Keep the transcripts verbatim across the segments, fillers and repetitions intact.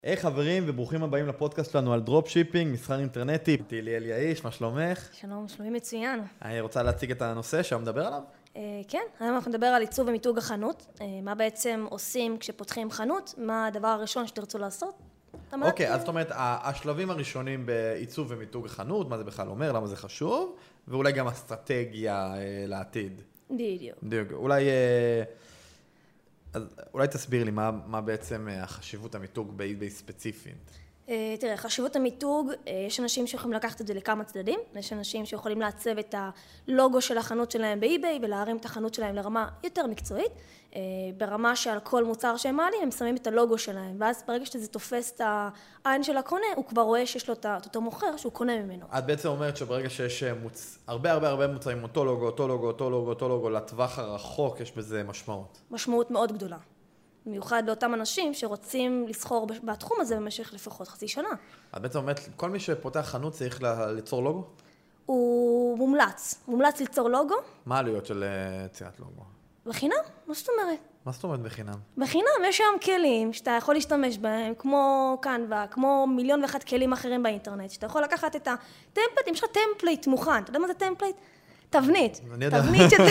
היי חברים וברוכים הבאים לפודקאסט שלנו על דרופשיפינג, מסחר אינטרנטי. איתי ליאל יעיש, מה שלומך? שלום, שלומי מצוין. אני רוצה להציג את הנושא שהיום מדבר עליו? כן, היום אנחנו נדבר על עיצוב ומיתוג החנות. מה בעצם עושים כשפותחים חנות, מה הדבר הראשון שתרצו לעשות. אוקיי, אז זאת אומרת, השלבים הראשונים בעיצוב ומיתוג החנות, מה זה בכלל אומר, למה זה חשוב, ואולי גם אסטרטגיה לעתיד. בדיוק. בדיוק, אולי... אז אולי תסביר לי מה, מה בעצם החשיבות המיתוג באי-ביי ספציפית. תראה, חשיבות המיתוג, יש אנשים שיכולים לקחת את זה לכמה צדדים, יש אנשים שיכולים לעצב את הלוגו של החנות שלהם באי-ביי ולהרים את החנות שלהם לרמה יותר מקצועית, ברמה שעל כל מוצר שהם מעלים הם שמים את הלוגו שלהם, ואז ברגע שזה תופס את העין של הקונה, הוא כבר רואה שיש לו את אותו מוכר שהוא קונה ממנו. את בעצם אומרת שברגע שיש מוצ... הרבה הרבה הרבה מוצרים, אותו לוגו, אותו לוגו, אותו לוגו, אותו לוגו, לטווח הרחוק יש בזה משמעות. משמעות מאוד גדולה. במיוחד לאותם אנשים שרוצים לסחור בתחום הזה במשך לפחות חצי שנה. את בעצם אומרת, כל מי שפותח חנות צריך ליצור לוגו? הוא מומלץ. מומלץ ליצור לוגו. מה העלויות של יצירת לוגו? בחינם? מה זאת אומרת? מה זאת אומרת בחינם? בחינם יש היום כלים שאתה יכול להשתמש בהם, כמו קנווה, כמו מיליון ואחת כלים אחרים באינטרנט, שאתה יכול לקחת את הטמפלייט, אם יש לך טמפלייט מוכן, אתה יודע מה זה טמפלייט? תבנית, תבנית של,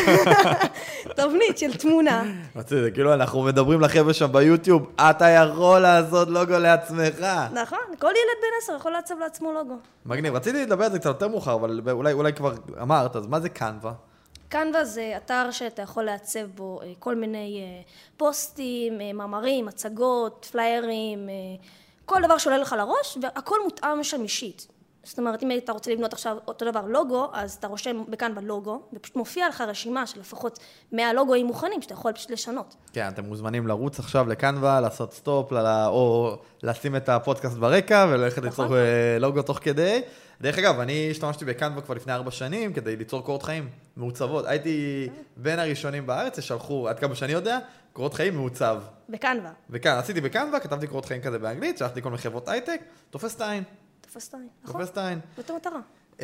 תבנית של תמונה. מצאי, כאילו אנחנו מדברים לחבר'ה שם ביוטיוב, אתה יכול לעשות לוגו לעצמך. נכון, כל ילד בן עשר יכול לעצב לעצמו לוגו. מגניב, רציתי לדבר על זה קצת יותר מאוחר, אבל אולי, אולי כבר אמרת, אז מה זה קנווה? קנווה זה אתר שאתה יכול לעצב בו כל מיני פוסטים, מאמרים, הצגות, פליירים, כל דבר שעולה לך לראש, והכל מותאם שם אישית. זאת אומרת, אם אתה רוצה לבנות עכשיו אותו דבר לוגו, אז אתה רושם בקנווה לוגו, ופשוט מופיע לך רשימה של לפחות מאה לוגוים מוכנים, שאתה יכול פשוט לשנות. כן, אתם מוזמנים לרוץ עכשיו לקנווה, לעשות סטופ, או לשים את הפודקאסט ברקע, וללכת ליצור לוגו תוך כדי. דרך אגב, אני השתמשתי בקנווה כבר לפני ארבע שנים, כדי ליצור קורות חיים מעוצבות. הייתי בין הראשונים בארץ, ששלחו, עד כמה שאני יודע, קורות חיים מעוצב. בקנווה. וכאן, עשיתי בקנווה, כתבתי קורות חיים כזה באנגלית, שלחתי כל מיני חברות הייטק, תופס את העין. תופס את העין, נכון? תופס את העין. זאת המטרה.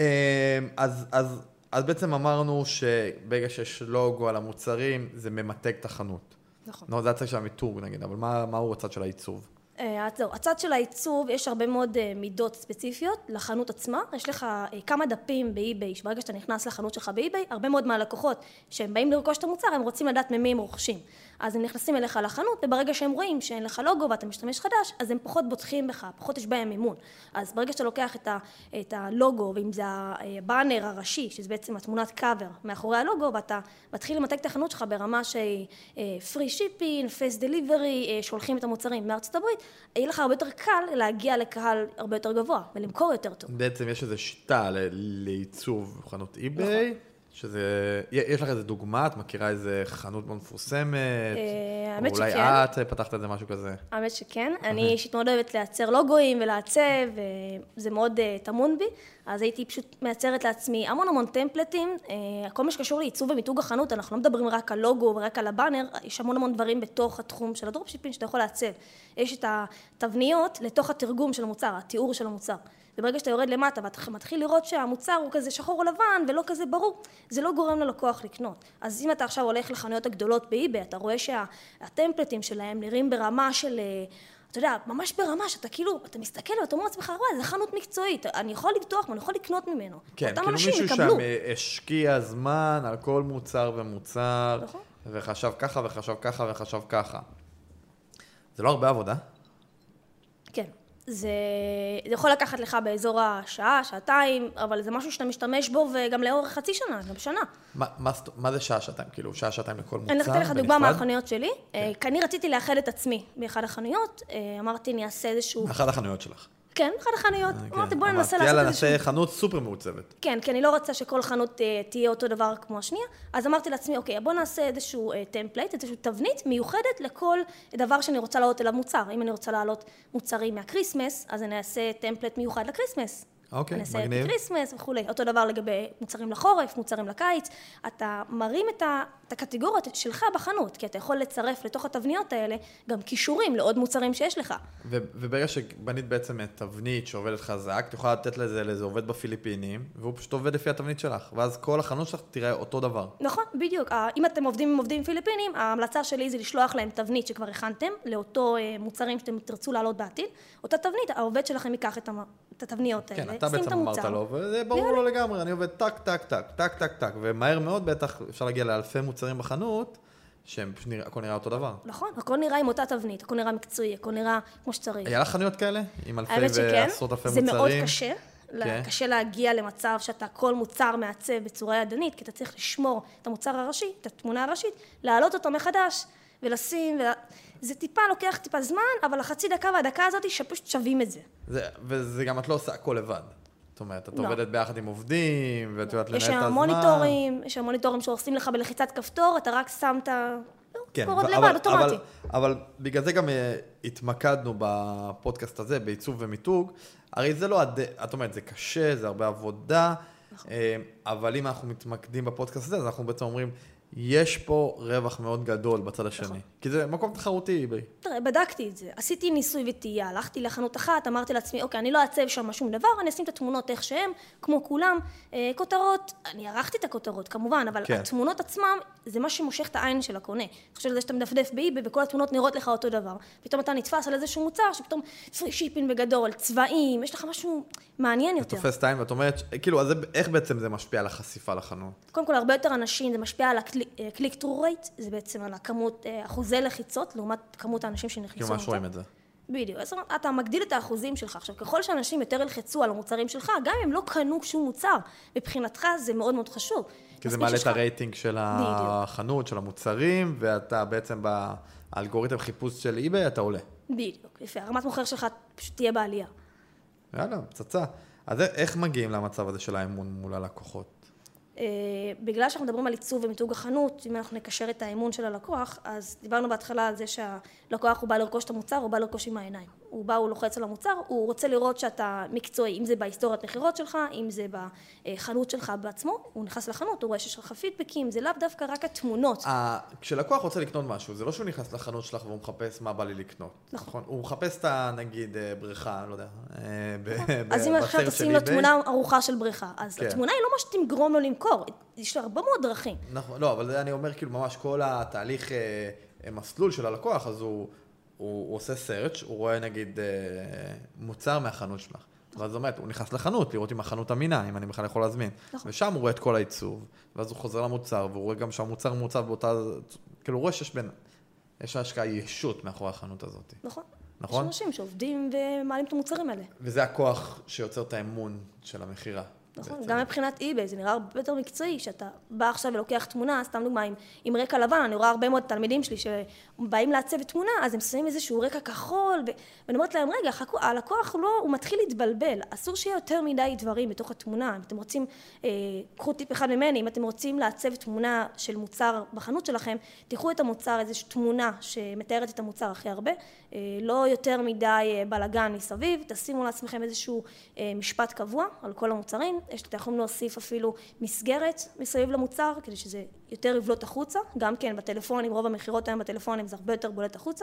אז, אז, אז בעצם אמרנו שברגע שיש לוגו על המוצרים, זה ממתג את החנות. נכון. לא, זה הצד של המיתוג נגיד, אבל מה, מהו הצד של העיצוב? זהו, הצד של העיצוב, יש הרבה מאוד מידות ספציפיות לחנות עצמה. יש לך כמה דפים באי-ביי, שברגע שאתה נכנס לחנות שלך באי-ביי, הרבה מאוד מהלקוחות שהם באים לרכוש את המוצר, הם רוצים לדעת ממי הם רוכשים. אז הם נכנסים אליך לחנות, וברגע שהם רואים שאין לך לוגו ואתה משתמש חדש, אז הם פחות בוטחים בך, פחות יש בהם מימון. אז ברגע שאתה לוקח את, ה, את הלוגו, ואם זה הבאנר הראשי, שזה בעצם התמונת קאבר מאחורי הלוגו, ואתה מתחיל למתג את החנות שלך ברמה שהיא free shipping, fast delivery, שולחים את המוצרים מארצות הברית, יהיה לך הרבה יותר קל להגיע לקהל הרבה יותר גבוה, ולמכור יותר טוב. בעצם יש איזו שיטה לעיצוב חנות אי-ביי, שזה, יש לך איזה דוגמה, את מכירה איזה חנות מאוד מפורסמת, או אולי את פתחת את זה משהו כזה? האמת שכן, אני אישית מאוד אוהבת לייצר לוגויים ולעצב, וזה מאוד תמון בי, אז הייתי פשוט מייצרת לעצמי המון המון טמפלטים, כל מה שקשור לעיצוב ומיתוג החנות, אנחנו לא מדברים רק על לוגו ורק על הבאנר, יש המון המון דברים בתוך התחום של הדרופשיפינג שאתה יכול לעצב. יש את התבניות לתוך התרגום של המוצר, התיאור של המוצר. וברגע שאתה יורד למטה ואתה מתחיל לראות שהמוצר הוא כזה שחור או לבן ולא כזה ברור, זה לא גורם ללקוח לקנות. אז אם אתה עכשיו הולך לחנויות הגדולות באי-ביי, אתה רואה שהטמפלטים שלהם נראים ברמה של, אתה יודע, ממש ברמה שאתה כאילו, אתה מסתכל ואתה אומר לעצמך, וואי, זה חנות מקצועית, אני יכול לפתוח ואני יכול לקנות ממנו. כן, כאילו מישהו שם השקיע זמן על כל מוצר ומוצר, וחשב ככה וחשב ככה וחשב ככה. זה לא הרבה עבודה? כן. זה, זה יכול לקחת לך באזור השעה, שעתיים, אבל זה משהו שאתה משתמש בו וגם לאורך חצי שנה, גם שנה. מה, מה, מה זה שעה, שעתיים? כאילו, שעה, שעתיים לכל מוצר? אני נתתי לך דוגמה מהחנויות שלי. כן. כי אני רציתי לאחד את עצמי באחד החנויות. אמרתי, אני אעשה איזשהו... באחד החנויות שלך. כן, באחד החנויות. אמרתי, בוא ננסה לעשות איזשהו... יאללה, נעשה חנות סופר מעוצבת. כן, כי אני לא רוצה שכל חנות תהיה אותו דבר כמו השנייה. אז אמרתי לעצמי, אוקיי, בוא נעשה איזשהו טמפלייט, איזשהו תבנית מיוחדת לכל דבר שאני רוצה להעלות אליו מוצר. אם אני רוצה להעלות מוצרים מהקריסמס, אז אני אעשה טמפלייט מיוחד לקריסמס. אוקיי, מגניב. נעשה את קריסמס וכו'. אותו דבר לגבי מוצרים לחורף, מוצרים לקיץ. אתה מרים את את הקטגוריות שלך בחנות, כי אתה יכול לצרף לתוך התבניות האלה גם קישורים לעוד מוצרים שיש לך. ו- וברגע שבנית בעצם תבנית שעובדת חזק, אתה יכולה לתת לזה לאיזה עובד בפיליפינים, והוא פשוט עובד לפי התבנית שלך, ואז כל החנות שלך תראה אותו דבר. נכון, בדיוק. אם אתם עובדים עם עובדים פיליפינים, ההמלצה שלי זה לשלוח להם תבנית שכבר הכנתם, לאותו מוצרים שאתם תרצו לעלות בעתיד. אותה תבנית, העובד שלכם ייקח את, המ... את התבניות האלה, כן, אתה בעצם אמרת לו, וזה ברור לו לגמרי, אני עובד טק, טק, טק, טק, טק, טק, ומהר מאוד בטח אפשר להגיע לאלפי מוצרים בחנות, שהם פשוט נראה, הכל נראה אותו דבר. נכון, הכל נראה עם אותה תבנית, הכל נראה מקצועי, הכל נראה כמו שצריך. היה לך חנויות כאלה? עם אלפי ועשרות אלפי מוצרים? זה מאוד קשה. קשה להגיע למצב שאתה כל מוצר מעצב בצורה ידנית, כי אתה צריך לשמור את המוצר הראשי, את התמונה הראשית, להעלות אותו מחדש ולשים, זה טיפה לוקח טיפה זמן, אבל החצי דקה והדקה הזאת שפשוט שווים את זה. וזה גם את לא עושה הכל לבד. זאת אומרת, את עובדת ביחד עם עובדים, ואת יודעת לנהל את הזמן. יש מוניטורים, יש מוניטורים שעושים לך בלחיצת כפתור, אתה רק שם את ה... כן, אבל, אבל, אבל בגלל זה גם התמקדנו בפודקאסט הזה, בעיצוב ומיתוג, הרי זה לא, את אומרת, זה קשה, זה הרבה עבודה, אבל אם אנחנו מתמקדים בפודקאסט הזה, אז אנחנו בעצם אומרים, יש פה רווח מאוד גדול בצד השני. כי זה מקום תחרותי. תראה, בדקתי את זה. עשיתי ניסוי וטעייה, הלכתי לחנות אחת, אמרתי לעצמי, אוקיי, אני לא אעצב שם שום דבר, אני אשים את התמונות איך שהן, כמו כולם. כותרות, אני ערכתי את הכותרות, כמובן, אבל התמונות עצמם, זה מה שמושך את העין של הקונה. אתה חושב על זה שאתה מדפדף באיבי, וכל התמונות נראות לך אותו דבר. פתאום אתה נתפס על איזשהו מוצר, שפתאום פרי שיפין בגדול, צבעים, יש לך משהו מעניין יותר. תופס עין, ואת אומרת, כאילו, אז איך בעצם זה משפיע על החשיפה לחנות? קודם כל, הרבה יותר אנשים, זה משפיע על ה-click through rate, זה בעצם על הכמות, אחוזי לחיצות, לעומת כמות האנשים שנכנסו. כאילו, מה שרואים את זה? בדיוק. אז אתה מגדיל את האחוזים שלך. עכשיו, ככל שאנשים יותר ילחצו על המוצרים שלך, גם אם הם לא קנו שום מוצר, מבחינתך זה מאוד מאוד חשוב. כי זה מעלה את הרייטינג של החנות, של המוצרים, ואתה בעצם באלגוריתם חיפוש של eBay, אתה עולה. בדיוק. יפה. הרמת מוכר שלך פשוט תהיה בעלייה. יאללה, פצצה. אז איך מגיעים למצב הזה של האמון מול הלקוחות? בגלל שאנחנו מדברים על עיצוב ומיתוג החנות, אם אנחנו נקשר את האמון של הלקוח, אז דיברנו בהתחלה על זה שהלקוח הוא בא לרכוש את המוצר, הוא בא לרכוש עם העיניים. הוא בא, הוא לוחץ על המוצר, הוא רוצה לראות שאתה מקצועי, אם זה בהיסטוריית מחירות שלך, אם זה בחנות שלך בעצמו, הוא נכנס לחנות, הוא רואה שיש לך פידבקים, זה לאו דווקא רק התמונות. כשלקוח רוצה לקנות משהו, זה לא שהוא נכנס לחנות שלך והוא מחפש מה בא לי לקנות. נכון. הוא מחפש את, נגיד, בריכה, אני לא יודע, אז אם עכשיו תשים לו תמונה ארוחה של בריכה, אז התמונה היא לא מה שתגרום לו למכור, יש לה הרבה מאוד דרכים. נכון, לא, אבל אני אומר כאילו ממש כל התהליך מסלול של הלקוח, אז הוא הוא עושה search, הוא רואה נגיד מוצר מהחנות שלך. ואז זאת אומרת, הוא נכנס לחנות, לראות אם החנות אמינה, אם אני בכלל יכול להזמין. ושם הוא רואה את כל העיצוב, ואז הוא חוזר למוצר, והוא רואה גם שהמוצר מוצב באותה, כאילו הוא רואה שיש בין, יש השקעה ישות מאחורי החנות הזאת. נכון. נכון? יש אנשים שעובדים ומעלים את המוצרים האלה. וזה הכוח שיוצר את האמון של המחירה. נכון, גם מבחינת eBay, זה נראה הרבה יותר מקצועי, שאתה בא עכשיו ולוקח תמונה, סתם דוגמה, עם, עם רקע לבן, אני רואה הרבה מאוד תלמידים שלי שבאים לעצב תמונה, אז הם שמים איזשהו רקע כחול, ו... ואני אומרת להם, רגע, הלקוח הוא לא, הוא מתחיל להתבלבל, אסור שיהיה יותר מדי דברים בתוך התמונה, אם אתם רוצים, אה, קחו טיפ אחד ממני, אם אתם רוצים לעצב תמונה של מוצר בחנות שלכם, תיקחו את המוצר, איזושהי תמונה שמתארת את המוצר הכי הרבה, אה, לא יותר מדי בלגן מסביב, תשימו לעצמכם איזשהו אה, משפט קבוע על כל המוצרים, יש, אתם יכולים להוסיף אפילו מסגרת מסביב למוצר, כדי שזה יותר יבלוט החוצה, גם כן בטלפונים, רוב המחירות היום בטלפונים זה הרבה יותר בולט החוצה,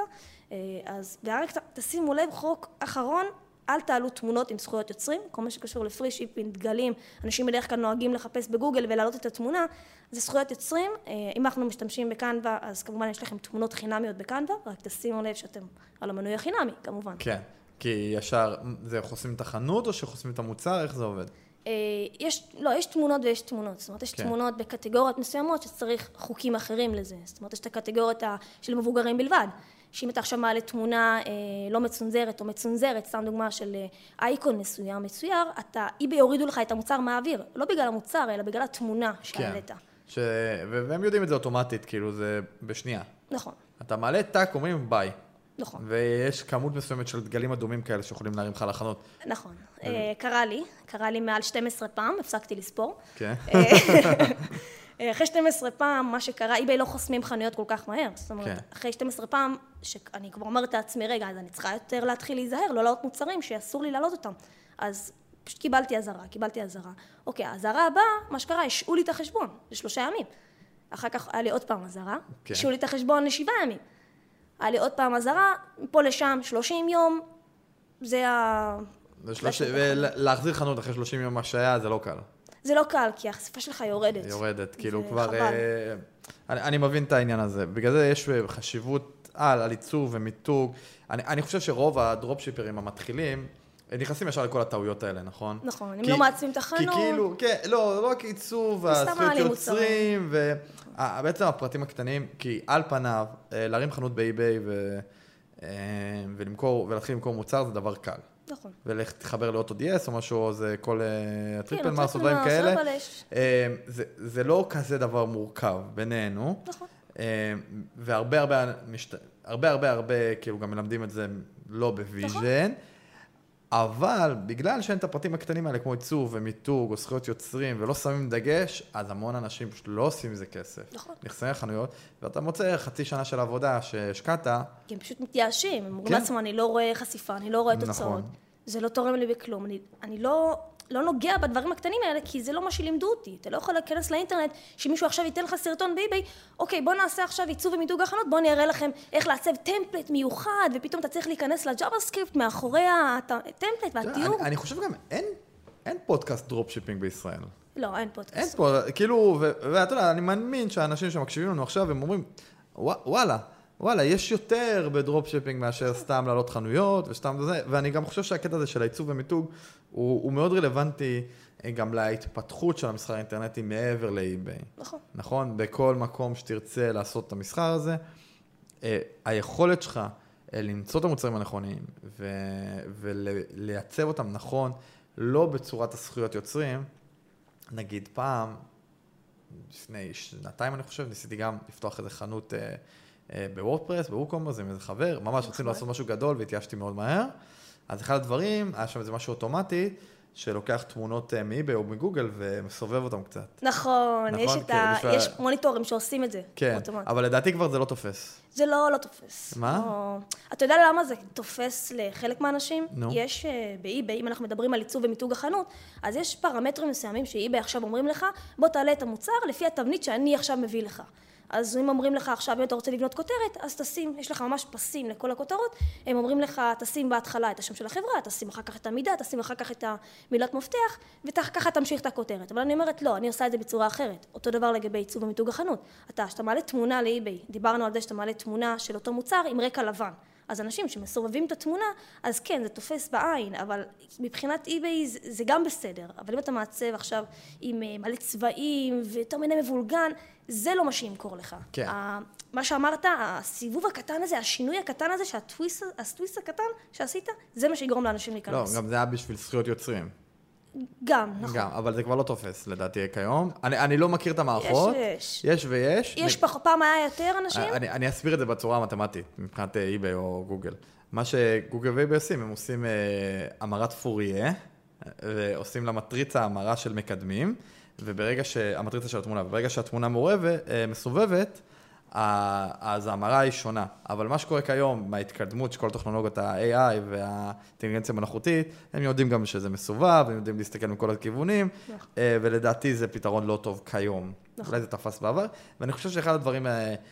אז רק תשימו לב, חוק אחרון, אל תעלו תמונות עם זכויות יוצרים, כל מה שקשור לפרי שיפינג, דגלים, אנשים בדרך כלל נוהגים לחפש בגוגל ולהעלות את התמונה, זה זכויות יוצרים, אם אנחנו משתמשים בקנווה, אז כמובן יש לכם תמונות חינמיות בקנווה, רק תשימו לב שאתם על המנוי החינמי, כמובן. כן, כי ישר, זה חוסמים את החנות או שחוסמים את המוצר, איך זה עובד? יש, לא, יש תמונות ויש תמונות, זאת אומרת, יש כן. תמונות בקטגוריות מסוימות שצריך חוקים אחרים לזה, זאת אומרת, יש את הקטגוריות של מבוגרים בלבד, שאם אתה עכשיו מעלה תמונה אה, לא מצונזרת או מצונזרת, סתם דוגמה של אייקון מסוים, מצויר, אתה, eBay יורידו לך את המוצר מהאוויר, לא בגלל המוצר, אלא בגלל התמונה שהעלית. כן, ש... והם יודעים את זה אוטומטית, כאילו זה בשנייה. נכון. אתה מעלה טאק, אומרים ביי. נכון. ויש כמות מסוימת של דגלים אדומים כאלה שיכולים להרים לך לחנות. נכון. קרה לי, קרה לי מעל שתים עשרה פעם, הפסקתי לספור. כן. אחרי שתים עשרה פעם, מה שקרה, eBay לא חוסמים חנויות כל כך מהר. זאת אומרת, אחרי שתים עשרה פעם, שאני כבר אומרת לעצמי, רגע, אז אני צריכה יותר להתחיל להיזהר, לא לעלות מוצרים שאסור לי לעלות אותם. אז פשוט קיבלתי הזרה, קיבלתי הזרה. אוקיי, הזרה הבאה, מה שקרה, השעו לי את החשבון, לשלושה ימים. אחר כך היה לי עוד פעם הזרה, כן. השאו לי את החשבון לשבעה ימים. היה לי עוד פעם הזרה, פה לשם שלושים יום, זה ה... ולהחזיר חנות אחרי שלושים יום מה שהיה, זה לא קל. זה לא קל, כי החשיפה שלך יורדת. יורדת, כאילו כבר... אני, אני מבין את העניין הזה. בגלל זה יש חשיבות על, על עיצוב ומיתוג. אני, אני חושב שרוב הדרופשיפרים המתחילים, נכנסים ישר לכל הטעויות האלה, נכון? נכון, הם לא מעצבים את החנות. כי כאילו, כן, לא, לא רק עיצוב, הזכויות יוצרים, ובעצם הפרטים הקטנים, כי על פניו, להרים חנות באי-ביי ולמכור, ולהתחיל למכור מוצר, זה דבר קל. נכון. ולהתחבר לאוטו די אס או משהו, זה כל הטריפל מרס או דברים כאלה. זה לא כזה דבר מורכב בינינו. נכון. והרבה הרבה, הרבה הרבה הרבה, כאילו גם מלמדים את זה לא בוויז'ן. אבל בגלל שאין את הפרטים הקטנים האלה, כמו עיצוב ומיתוג או זכויות יוצרים, ולא שמים דגש, אז המון אנשים פשוט לא עושים מזה כסף. נכון. נכנסים לחנויות, ואתה מוצא חצי שנה של עבודה שהשקעת. כי הם פשוט מתייאשים, הם אומרים לעצמם, אני לא רואה חשיפה, אני לא רואה תוצאות. נכון. זה לא תורם לי בכלום. אני, אני לא, לא נוגע בדברים הקטנים האלה, כי זה לא מה שלימדו אותי. אתה לא יכול להיכנס לאינטרנט, שמישהו עכשיו ייתן לך סרטון באי-ביי, אוקיי, בוא נעשה עכשיו עיצוב ומיתוג החנות, בוא נראה לכם איך לעצב טמפלט מיוחד, ופתאום אתה צריך להיכנס לג'אווה-סקריפט מאחורי הטמפלט והתיאור. אני, אני חושב גם, אין, אין פודקאסט דרופשיפינג בישראל. לא, אין פודקאסט. אין פה, כאילו, ואתה יודע, אני מאמין שהאנשים שמקשיבים לנו עכשיו, הם אומרים, וואלה, וואלה, יש יותר בדרופשיפינג מאשר סתם לעלות חנויות וסתם זה, ואני גם חושב שהקטע הזה של העיצוב ומיתוג הוא, הוא מאוד רלוונטי גם להתפתחות של המסחר האינטרנטי מעבר לאי-ביי. נכון. נכון? בכל מקום שתרצה לעשות את המסחר הזה, היכולת שלך למצוא את המוצרים הנכונים ולייצב אותם נכון, לא בצורת הזכויות יוצרים. נגיד פעם, לפני שנתיים אני חושב, ניסיתי גם לפתוח איזה חנות בוורדפרס, בווקומרס, עם איזה חבר, ממש רצינו לעשות משהו גדול והתייאשתי מאוד מהר. אז אחד הדברים, היה שם איזה משהו אוטומטי, שלוקח תמונות מאי-ביי או מגוגל ומסובב אותם קצת. נכון, יש את ה... יש מוניטורים שעושים את זה. כן, אבל לדעתי כבר זה לא תופס. זה לא, לא תופס. מה? אתה יודע למה זה תופס לחלק מהאנשים? יש באי-ביי, אם אנחנו מדברים על עיצוב ומיתוג החנות, אז יש פרמטרים מסוימים שאי-ביי עכשיו אומרים לך, בוא תעלה את המוצר לפי התבנית שאני עכשיו מביא לך. אז אם אומרים לך עכשיו, אם אתה רוצה לבנות כותרת, אז תשים, יש לך ממש פסים לכל הכותרות, הם אומרים לך, תשים בהתחלה את השם של החברה, תשים אחר כך את המידה, תשים אחר כך את המילת מפתח, וככה תמשיך את הכותרת. אבל אני אומרת, לא, אני עושה את זה בצורה אחרת. אותו דבר לגבי עיצוב ומיתוג החנות. אתה, שאתה מעלה תמונה לאי-ביי, דיברנו על זה שאתה מעלה תמונה של אותו מוצר עם רקע לבן. אז אנשים שמסובבים את התמונה, אז כן, זה תופס בעין, אבל מבחינת אי-ביי זה, זה גם בסדר. אבל אם אתה מעצב עכשיו עם מלא צבעים ויותר מיני מבולגן, זה לא מה שימכור לך. כן. מה שאמרת, הסיבוב הקטן הזה, השינוי הקטן הזה, שהטוויסט, הטוויסט הקטן שעשית, זה מה שיגרום לאנשים להיכנס. לא, גם זה היה בשביל זכויות יוצרים. גם, נכון. גם, אבל זה כבר לא תופס, לדעתי, כיום. אני, אני לא מכיר את המערכות. יש ויש. יש ויש. יש פח, פעם היה יותר אנשים? אני, אני אסביר את זה בצורה המתמטית, מבחינת אי-ביי או גוגל. מה שגוגל ואי-ביי עושים, הם עושים אה, המרת פוריה, ועושים למטריצה המרה של מקדמים, וברגע שהמטריצה של התמונה, וברגע שהתמונה מעורבת, אה, מסובבת, אז ההמרה היא שונה. אבל מה שקורה כיום, מההתקדמות של כל טכנולוגיות ה-איי איי והאינטליגנציה המלאכותית, הם יודעים גם שזה מסובב, הם יודעים להסתכל מכל הכיוונים, ולדעתי זה פתרון לא טוב כיום. אולי זה תפס בעבר, ואני חושב שאחד הדברים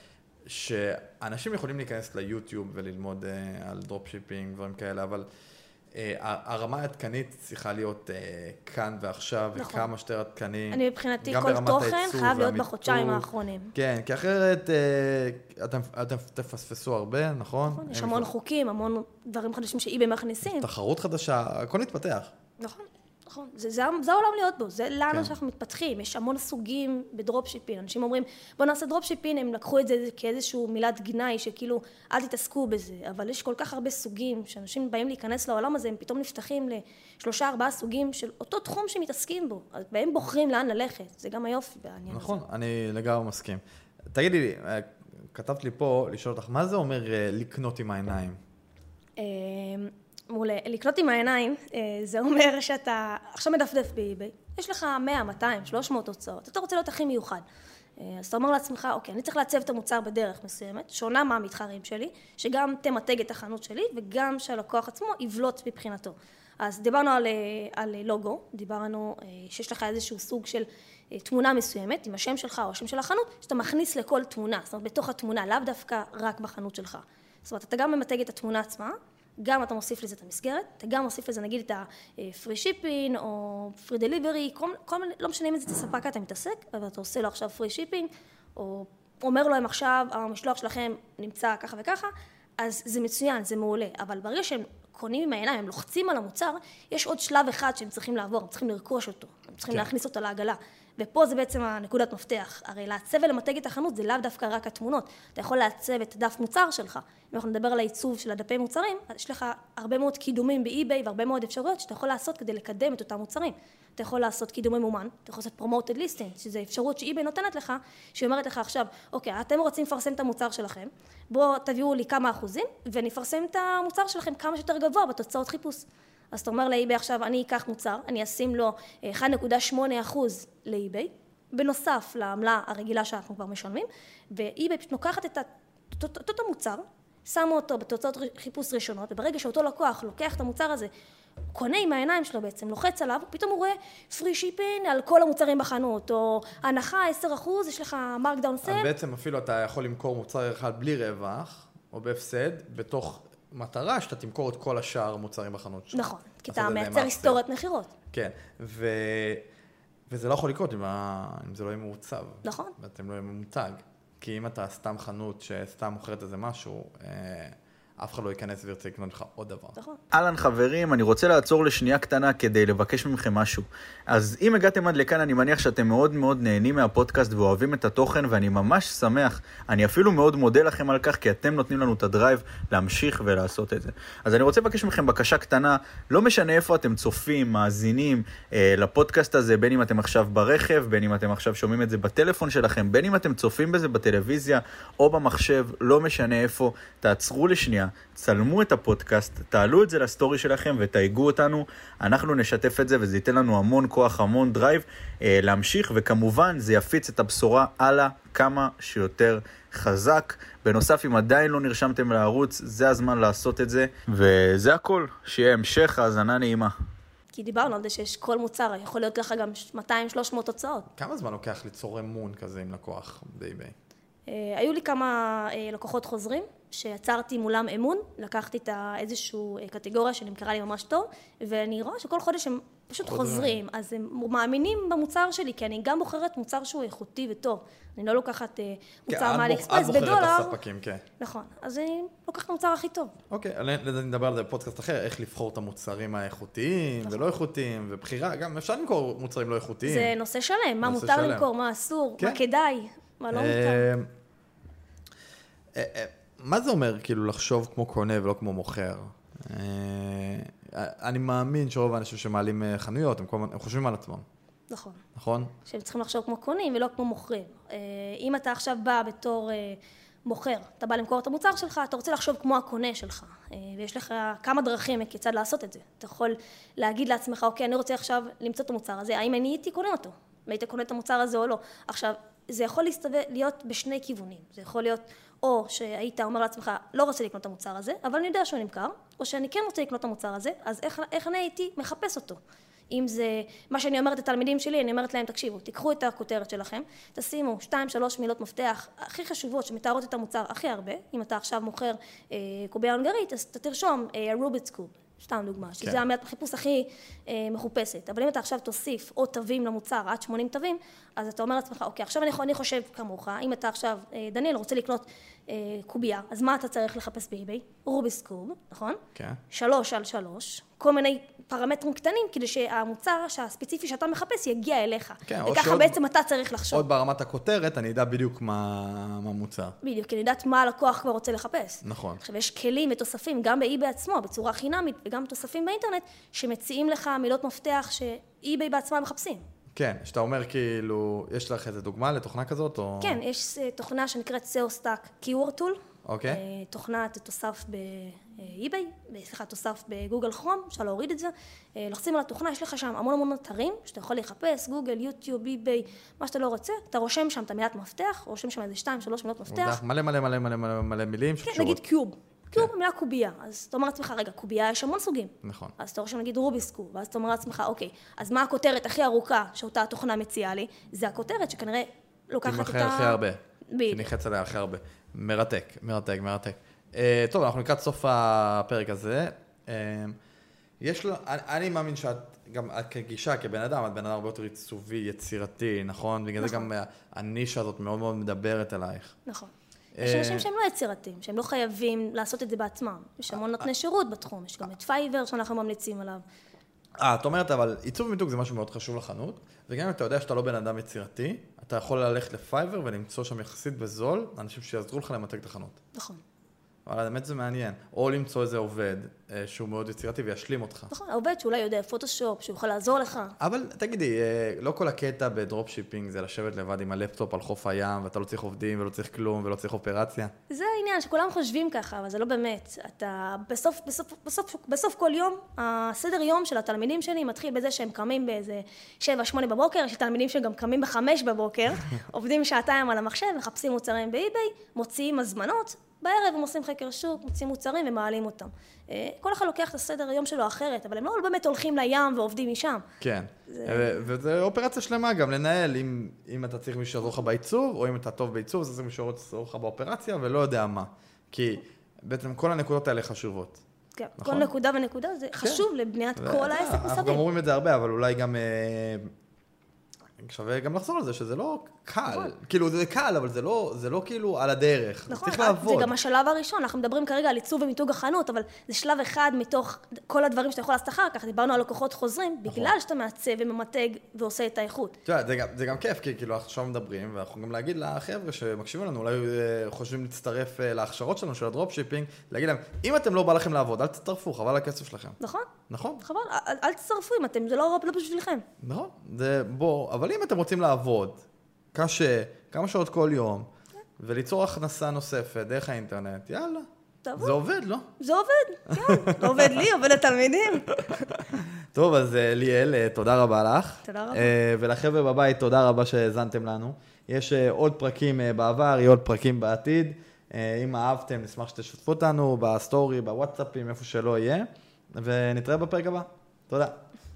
שאנשים יכולים להיכנס ליוטיוב וללמוד על דרופשיפינג, דברים כאלה, אבל הרמה העדכנית צריכה להיות כאן ועכשיו, וכמה שיותר עדכני. אני מבחינתי כל תוכן חייב להיות בחודשיים האחרונים. כן, כי אחרת אתם תפספסו הרבה, נכון? נכון, יש המון חוקים, המון דברים חדשים שאי-ביי מכניסים. תחרות חדשה, הכל מתפתח. נכון. נכון, זה, זה, זה העולם להיות בו, זה לאן כן. שאנחנו מתפתחים, יש המון סוגים בדרופשיפין, אנשים אומרים בוא נעשה דרופשיפין, הם לקחו את זה כאיזשהו מילת גנאי שכאילו אל תתעסקו בזה, אבל יש כל כך הרבה סוגים, שאנשים באים להיכנס לעולם הזה, הם פתאום נפתחים לשלושה ארבעה סוגים של אותו תחום שמתעסקים בו, אז בהם בוחרים לאן ללכת, זה גם היופי בעניין נכון, הזה. נכון, אני לגמרי מסכים. תגידי לי, כתבת לי פה לשאול אותך, מה זה אומר לקנות עם העיניים? מעולה, לקנות עם העיניים, זה אומר שאתה עכשיו מדפדף באי-ביי, יש לך מאה, מאתיים, שלוש מאות הוצאות, אתה רוצה להיות הכי מיוחד. אז אתה אומר לעצמך, אוקיי, אני צריך לעצב את המוצר בדרך מסוימת, שונה מהמתחרים שלי, שגם תמתג את החנות שלי, וגם שהלקוח עצמו יבלוט מבחינתו. אז דיברנו על, על לוגו, דיברנו שיש לך איזשהו סוג של תמונה מסוימת, עם השם שלך או השם של החנות, שאתה מכניס לכל תמונה, זאת אומרת, בתוך התמונה, לאו דווקא רק בחנות שלך. זאת אומרת, אתה גם ממתג את התמונה עצמה, גם אתה מוסיף לזה את המסגרת, אתה גם מוסיף לזה, נגיד, את ה-free shipping או free delivery, כל, כל מיני, לא משנה אם זה ספק אתה מתעסק, אבל אתה עושה לו עכשיו free shipping, או אומר לו הם עכשיו, המשלוח שלכם נמצא ככה וככה, אז זה מצוין, זה מעולה, אבל ברגע שהם קונים עם העיניים, הם לוחצים על המוצר, יש עוד שלב אחד שהם צריכים לעבור, הם צריכים לרכוש אותו, הם צריכים כן. להכניס אותו לעגלה. ופה זה בעצם הנקודת מפתח. הרי לעצב ולמתג את החנות זה לאו דווקא רק התמונות. אתה יכול לעצב את דף מוצר שלך. אם אנחנו נדבר על העיצוב של הדפי מוצרים, אז יש לך הרבה מאוד קידומים באי-ביי והרבה מאוד אפשרויות שאתה יכול לעשות כדי לקדם את אותם מוצרים. אתה יכול לעשות קידומי מומן, אתה יכול לעשות promoted listing, שזו אפשרות שאי-ביי נותנת לך, שהיא אומרת לך עכשיו, אוקיי, אתם רוצים לפרסם את המוצר שלכם, בואו תביאו לי כמה אחוזים, ונפרסם את המוצר שלכם כמה שיותר גבוה בתוצאות חיפוש. אז אתה אומר לאי-ביי עכשיו, אני אקח מוצר, אני אשים לו אחת נקודה שמונה אחוז לאי-ביי, בנוסף לעמלה הרגילה שאנחנו כבר משלמים, ואי-ביי פשוט לוקחת את אותו מוצר, שמו אותו בתוצאות חיפוש ראשונות, וברגע שאותו לקוח לוקח את המוצר הזה, קונה עם העיניים שלו בעצם, לוחץ עליו, פתאום הוא רואה free shipping על כל המוצרים בחנות, או הנחה עשרה אחוז, יש לך מרקדאון סייל. בעצם אפילו אתה יכול למכור מוצר אחד בלי רווח, או בהפסד, בתוך מטרה שאתה תמכור את כל השאר המוצרים בחנות שלך. נכון, כי אתה מייצר היסטוריית מחירות. כן, ו... וזה לא יכול לקרות אם, ה... אם זה לא יהיה מעוצב. נכון. ואתם לא יהיה ממותג. כי אם אתה סתם חנות שסתם מוכרת איזה משהו, אף אחד לא ייכנס וירצה לקנות לך עוד דבר. נכון. אהלן חברים, אני רוצה לעצור לשנייה קטנה כדי לבקש מכם משהו. אז אם הגעתם עד לכאן, אני מניח שאתם מאוד מאוד נהנים מהפודקאסט ואוהבים את התוכן, ואני ממש שמח. אני אפילו מאוד מודה לכם על כך, כי אתם נותנים לנו את הדרייב להמשיך ולעשות את זה. אז אני רוצה לבקש מכם בקשה קטנה, לא משנה איפה אתם צופים, מאזינים אה, לפודקאסט הזה, בין אם אתם עכשיו ברכב, בין אם אתם עכשיו שומעים את זה בטלפון שלכם, בין אם אתם צופים בזה בטלוויזיה או במחשב, לא משנה איפה, תעצרו לשנייה. צלמו את הפודקאסט, תעלו את זה לסטורי שלכם ותייגו אותנו, אנחנו נשתף את זה וזה ייתן לנו המון כוח, המון דרייב אה, להמשיך, וכמובן זה יפיץ את הבשורה הלאה כמה שיותר חזק. בנוסף, אם עדיין לא נרשמתם לערוץ, זה הזמן לעשות את זה, וזה הכל, שיהיה המשך האזנה נעימה. כי דיברנו על זה שיש כל מוצר, יכול להיות לך גם מאתיים שלוש מאות תוצאות. כמה זמן לוקח ליצור אמון כזה עם לקוח ב-eBay? היו לי כמה לקוחות חוזרים, שיצרתי מולם אמון, לקחתי את איזושהי קטגוריה שנמכרה לי ממש טוב, ואני רואה שכל חודש הם פשוט חוזרים, אז הם מאמינים במוצר שלי, כי אני גם בוחרת מוצר שהוא איכותי וטוב. אני לא לוקחת מוצר מאלי אקספרס בדולר. את בוחרת הספקים, כן. נכון, אז אני לוקחת המוצר הכי טוב. אוקיי, אני נדבר על זה בפודקאסט אחר, איך לבחור את המוצרים האיכותיים ולא איכותיים, ובחירה, גם אפשר למכור מוצרים לא איכותיים. זה נושא שלם, מה מותר למכור, מה אסור, מה כדאי, מה לא מותר. מה זה אומר, כאילו, לחשוב כמו קונה ולא כמו מוכר? אני מאמין שרוב האנשים שמעלים חנויות, הם חושבים על עצמם. נכון. נכון? שהם צריכים לחשוב כמו קונים ולא כמו מוכרים. אם אתה עכשיו בא בתור מוכר, אתה בא למכור את המוצר שלך, אתה רוצה לחשוב כמו הקונה שלך. ויש לך כמה דרכים כיצד לעשות את זה. אתה יכול להגיד לעצמך, אוקיי, אני רוצה עכשיו למצוא את המוצר הזה, האם אני הייתי קונה אותו? אם היית קונה את המוצר הזה או לא? עכשיו, זה יכול להסתובב, להיות בשני כיוונים. זה יכול להיות או שהיית אומר לעצמך, לא רוצה לקנות את המוצר הזה, אבל אני יודע שהוא נמכר, או שאני כן רוצה לקנות את המוצר הזה, אז איך, איך אני הייתי מחפש אותו? אם זה מה שאני אומרת לתלמידים שלי, אני אומרת להם, תקשיבו, תיקחו את הכותרת שלכם, תשימו שתיים, שלוש מילות מפתח הכי חשובות שמתארות את המוצר הכי הרבה, אם אתה עכשיו מוכר אה, קובייה הונגרית, אז אתה תרשום אה, רוביץ קוב. סתם דוגמה, שזה המילת החיפוש הכי אה, מחופשת. אבל אם אתה עכשיו תוסיף עוד תווים למוצר, עד שמונים תווים, אז אתה אומר לעצמך, אוקיי, עכשיו אני, אני חושב כמוך, אם אתה עכשיו, אה, דניאל, רוצה לקנות אה, קובייה, אז מה אתה צריך לחפש באיביי? רוביס קוב, נכון? כן. שלוש על שלוש, כל מיני פרמטרים קטנים, כדי שהמוצר הספציפי שאתה מחפש יגיע אליך. כן, וככה שעוד, בעצם אתה צריך לחשוב. עוד ברמת הכותרת, אני יודע בדיוק מה, מה מוצר. בדיוק, כי אני יודעת מה הלקוח כבר רוצה לחפש. נכון. עכשיו, יש כלים ותוספים, גם באיביי עצמו, בצורה חינמית, וגם תוספים באינטרנט, שמציעים לך מילות מפתח שאיביי בעצמה מחפשים. כן, שאתה אומר כאילו, יש לך איזה דוגמה לתוכנה כזאת? או... כן, יש תוכנה שנקראת סאו סטאק Keyword Tool. אוקיי. תוכנה תוסף באיביי, סליחה, תוסף בגוגל כרום, אפשר להוריד את זה. לוחצים על התוכנה, יש לך שם המון המון אתרים, שאתה יכול לחפש, גוגל, יוטיוב, איביי, מה שאתה לא רוצה, אתה רושם שם את המילת מפתח, רושם שם איזה שתיים, שלוש מילות מפתח. מלא מלא מלא מלא מלא מילים שקשורות. כן, נגיד קיוב. כאילו במילה קובייה, אז אתה אומר לעצמך, רגע, קובייה יש המון סוגים. נכון. אז אתה רואה נגיד רוביס קוב, ואז אתה אומר לעצמך, אוקיי, אז מה הכותרת הכי ארוכה שאותה התוכנה מציעה לי? זה הכותרת שכנראה לוקחת אותה... תימחר הכי הרבה. בדיוק. שניחץ עליה הכי הרבה. מרתק, מרתק, מרתק. אה, טוב, אנחנו לקראת סוף הפרק הזה. אה, יש לו, אני, אני מאמין שאת, גם את כגישה, כבן אדם, את בן אדם הרבה יותר עיצובי, יצירתי, נכון? בגלל זה גם הנישה הזאת מאוד מאוד מדברת עלייך. נכון. יש אנשים שהם לא יצירתיים, שהם לא חייבים לעשות את זה בעצמם. יש המון נותני שירות בתחום, יש גם את פייבר שאנחנו ממליצים עליו. אה, את אומרת, אבל עיצוב ומיתוג זה משהו מאוד חשוב לחנות, וגם אם אתה יודע שאתה לא בן אדם יצירתי, אתה יכול ללכת לפייבר ולמצוא שם יחסית בזול, אנשים שיעזרו לך למתג את החנות. נכון. אבל האמת זה מעניין. או למצוא איזה עובד אה, שהוא מאוד יצירתי וישלים אותך. נכון, העובד שאולי יודע פוטושופ, שהוא יכול לעזור לך. אבל תגידי, אה, לא כל הקטע בדרופ שיפינג זה לשבת לבד עם הלפטופ על חוף הים, ואתה לא צריך עובדים ולא צריך כלום ולא צריך אופרציה. זה העניין שכולם חושבים ככה, אבל זה לא באמת. אתה בסוף, בסוף, בסוף, בסוף כל יום, הסדר יום של התלמידים שלי מתחיל בזה שהם קמים באיזה שבע, שמונה בבוקר, יש תלמידים שגם קמים בחמש בבוקר, עובדים שעתיים על המחשב, מחפשים מוצרים באיביי, מוציאים הזמנות, בערב הם עושים חקר שוק, מוצאים מוצרים ומעלים אותם. כל אחד לוקח את הסדר היום שלו אחרת, אבל הם לא באמת הולכים לים ועובדים משם. כן, וזה אופרציה שלמה גם לנהל, אם אתה צריך מישהו לעזור לך בעיצוב, או אם אתה טוב בעיצוב, אז זה מישהו לעזור לך באופרציה, ולא יודע מה. כי בעצם כל הנקודות האלה חשובות. כן, כל נקודה ונקודה זה חשוב לבניית כל העסק מסביב. אנחנו גם אומרים את זה הרבה, אבל אולי גם... שווה גם לחזור על זה, שזה לא קל. כאילו, זה קל, אבל זה לא, זה לא כאילו על הדרך. נכון, צריך לעבוד. זה גם השלב הראשון. אנחנו מדברים כרגע על עיצוב ומיתוג החנות, אבל זה שלב אחד מתוך כל הדברים שאתה יכול לעשות אחר כך. דיברנו על לקוחות חוזרים, בגלל שאתה מעצב וממתג ועושה את האיכות. תראה, זה גם, זה גם כיף, כי כאילו, עכשיו מדברים, ואנחנו גם להגיד לחבר'ה שמקשיבים לנו, אולי חושבים להצטרף להכשרות שלנו, של הדרופ שיפינג, להגיד להם, אם אתם לא בא לכם לעבוד, אל תצטרפו, חבל הכסף שלכם. נכון? נכון. חבל, אל, אל תצטרפו אם אתם, זה לא, לא בשבילכם. נכון. זה, בוא, אבל אם אתם רוצים לעבוד, קשה, כמה שעות כל יום, וליצור הכנסה נוספת דרך האינטרנט, יאללה. תעבוד. זה עובד, לא? זה עובד, כן. זה עובד לי, עובד לתלמידים. טוב, אז ליאל, תודה רבה לך. תודה רבה. ולחבר'ה בבית, תודה רבה שהזנתם לנו. יש עוד פרקים בעבר, יהיו עוד פרקים בעתיד. אם אהבתם, נשמח שתשתפו אותנו בסטורי, בוואטסאפים, איפה שלא יהיה. ונתראה בפרק הבא. תודה.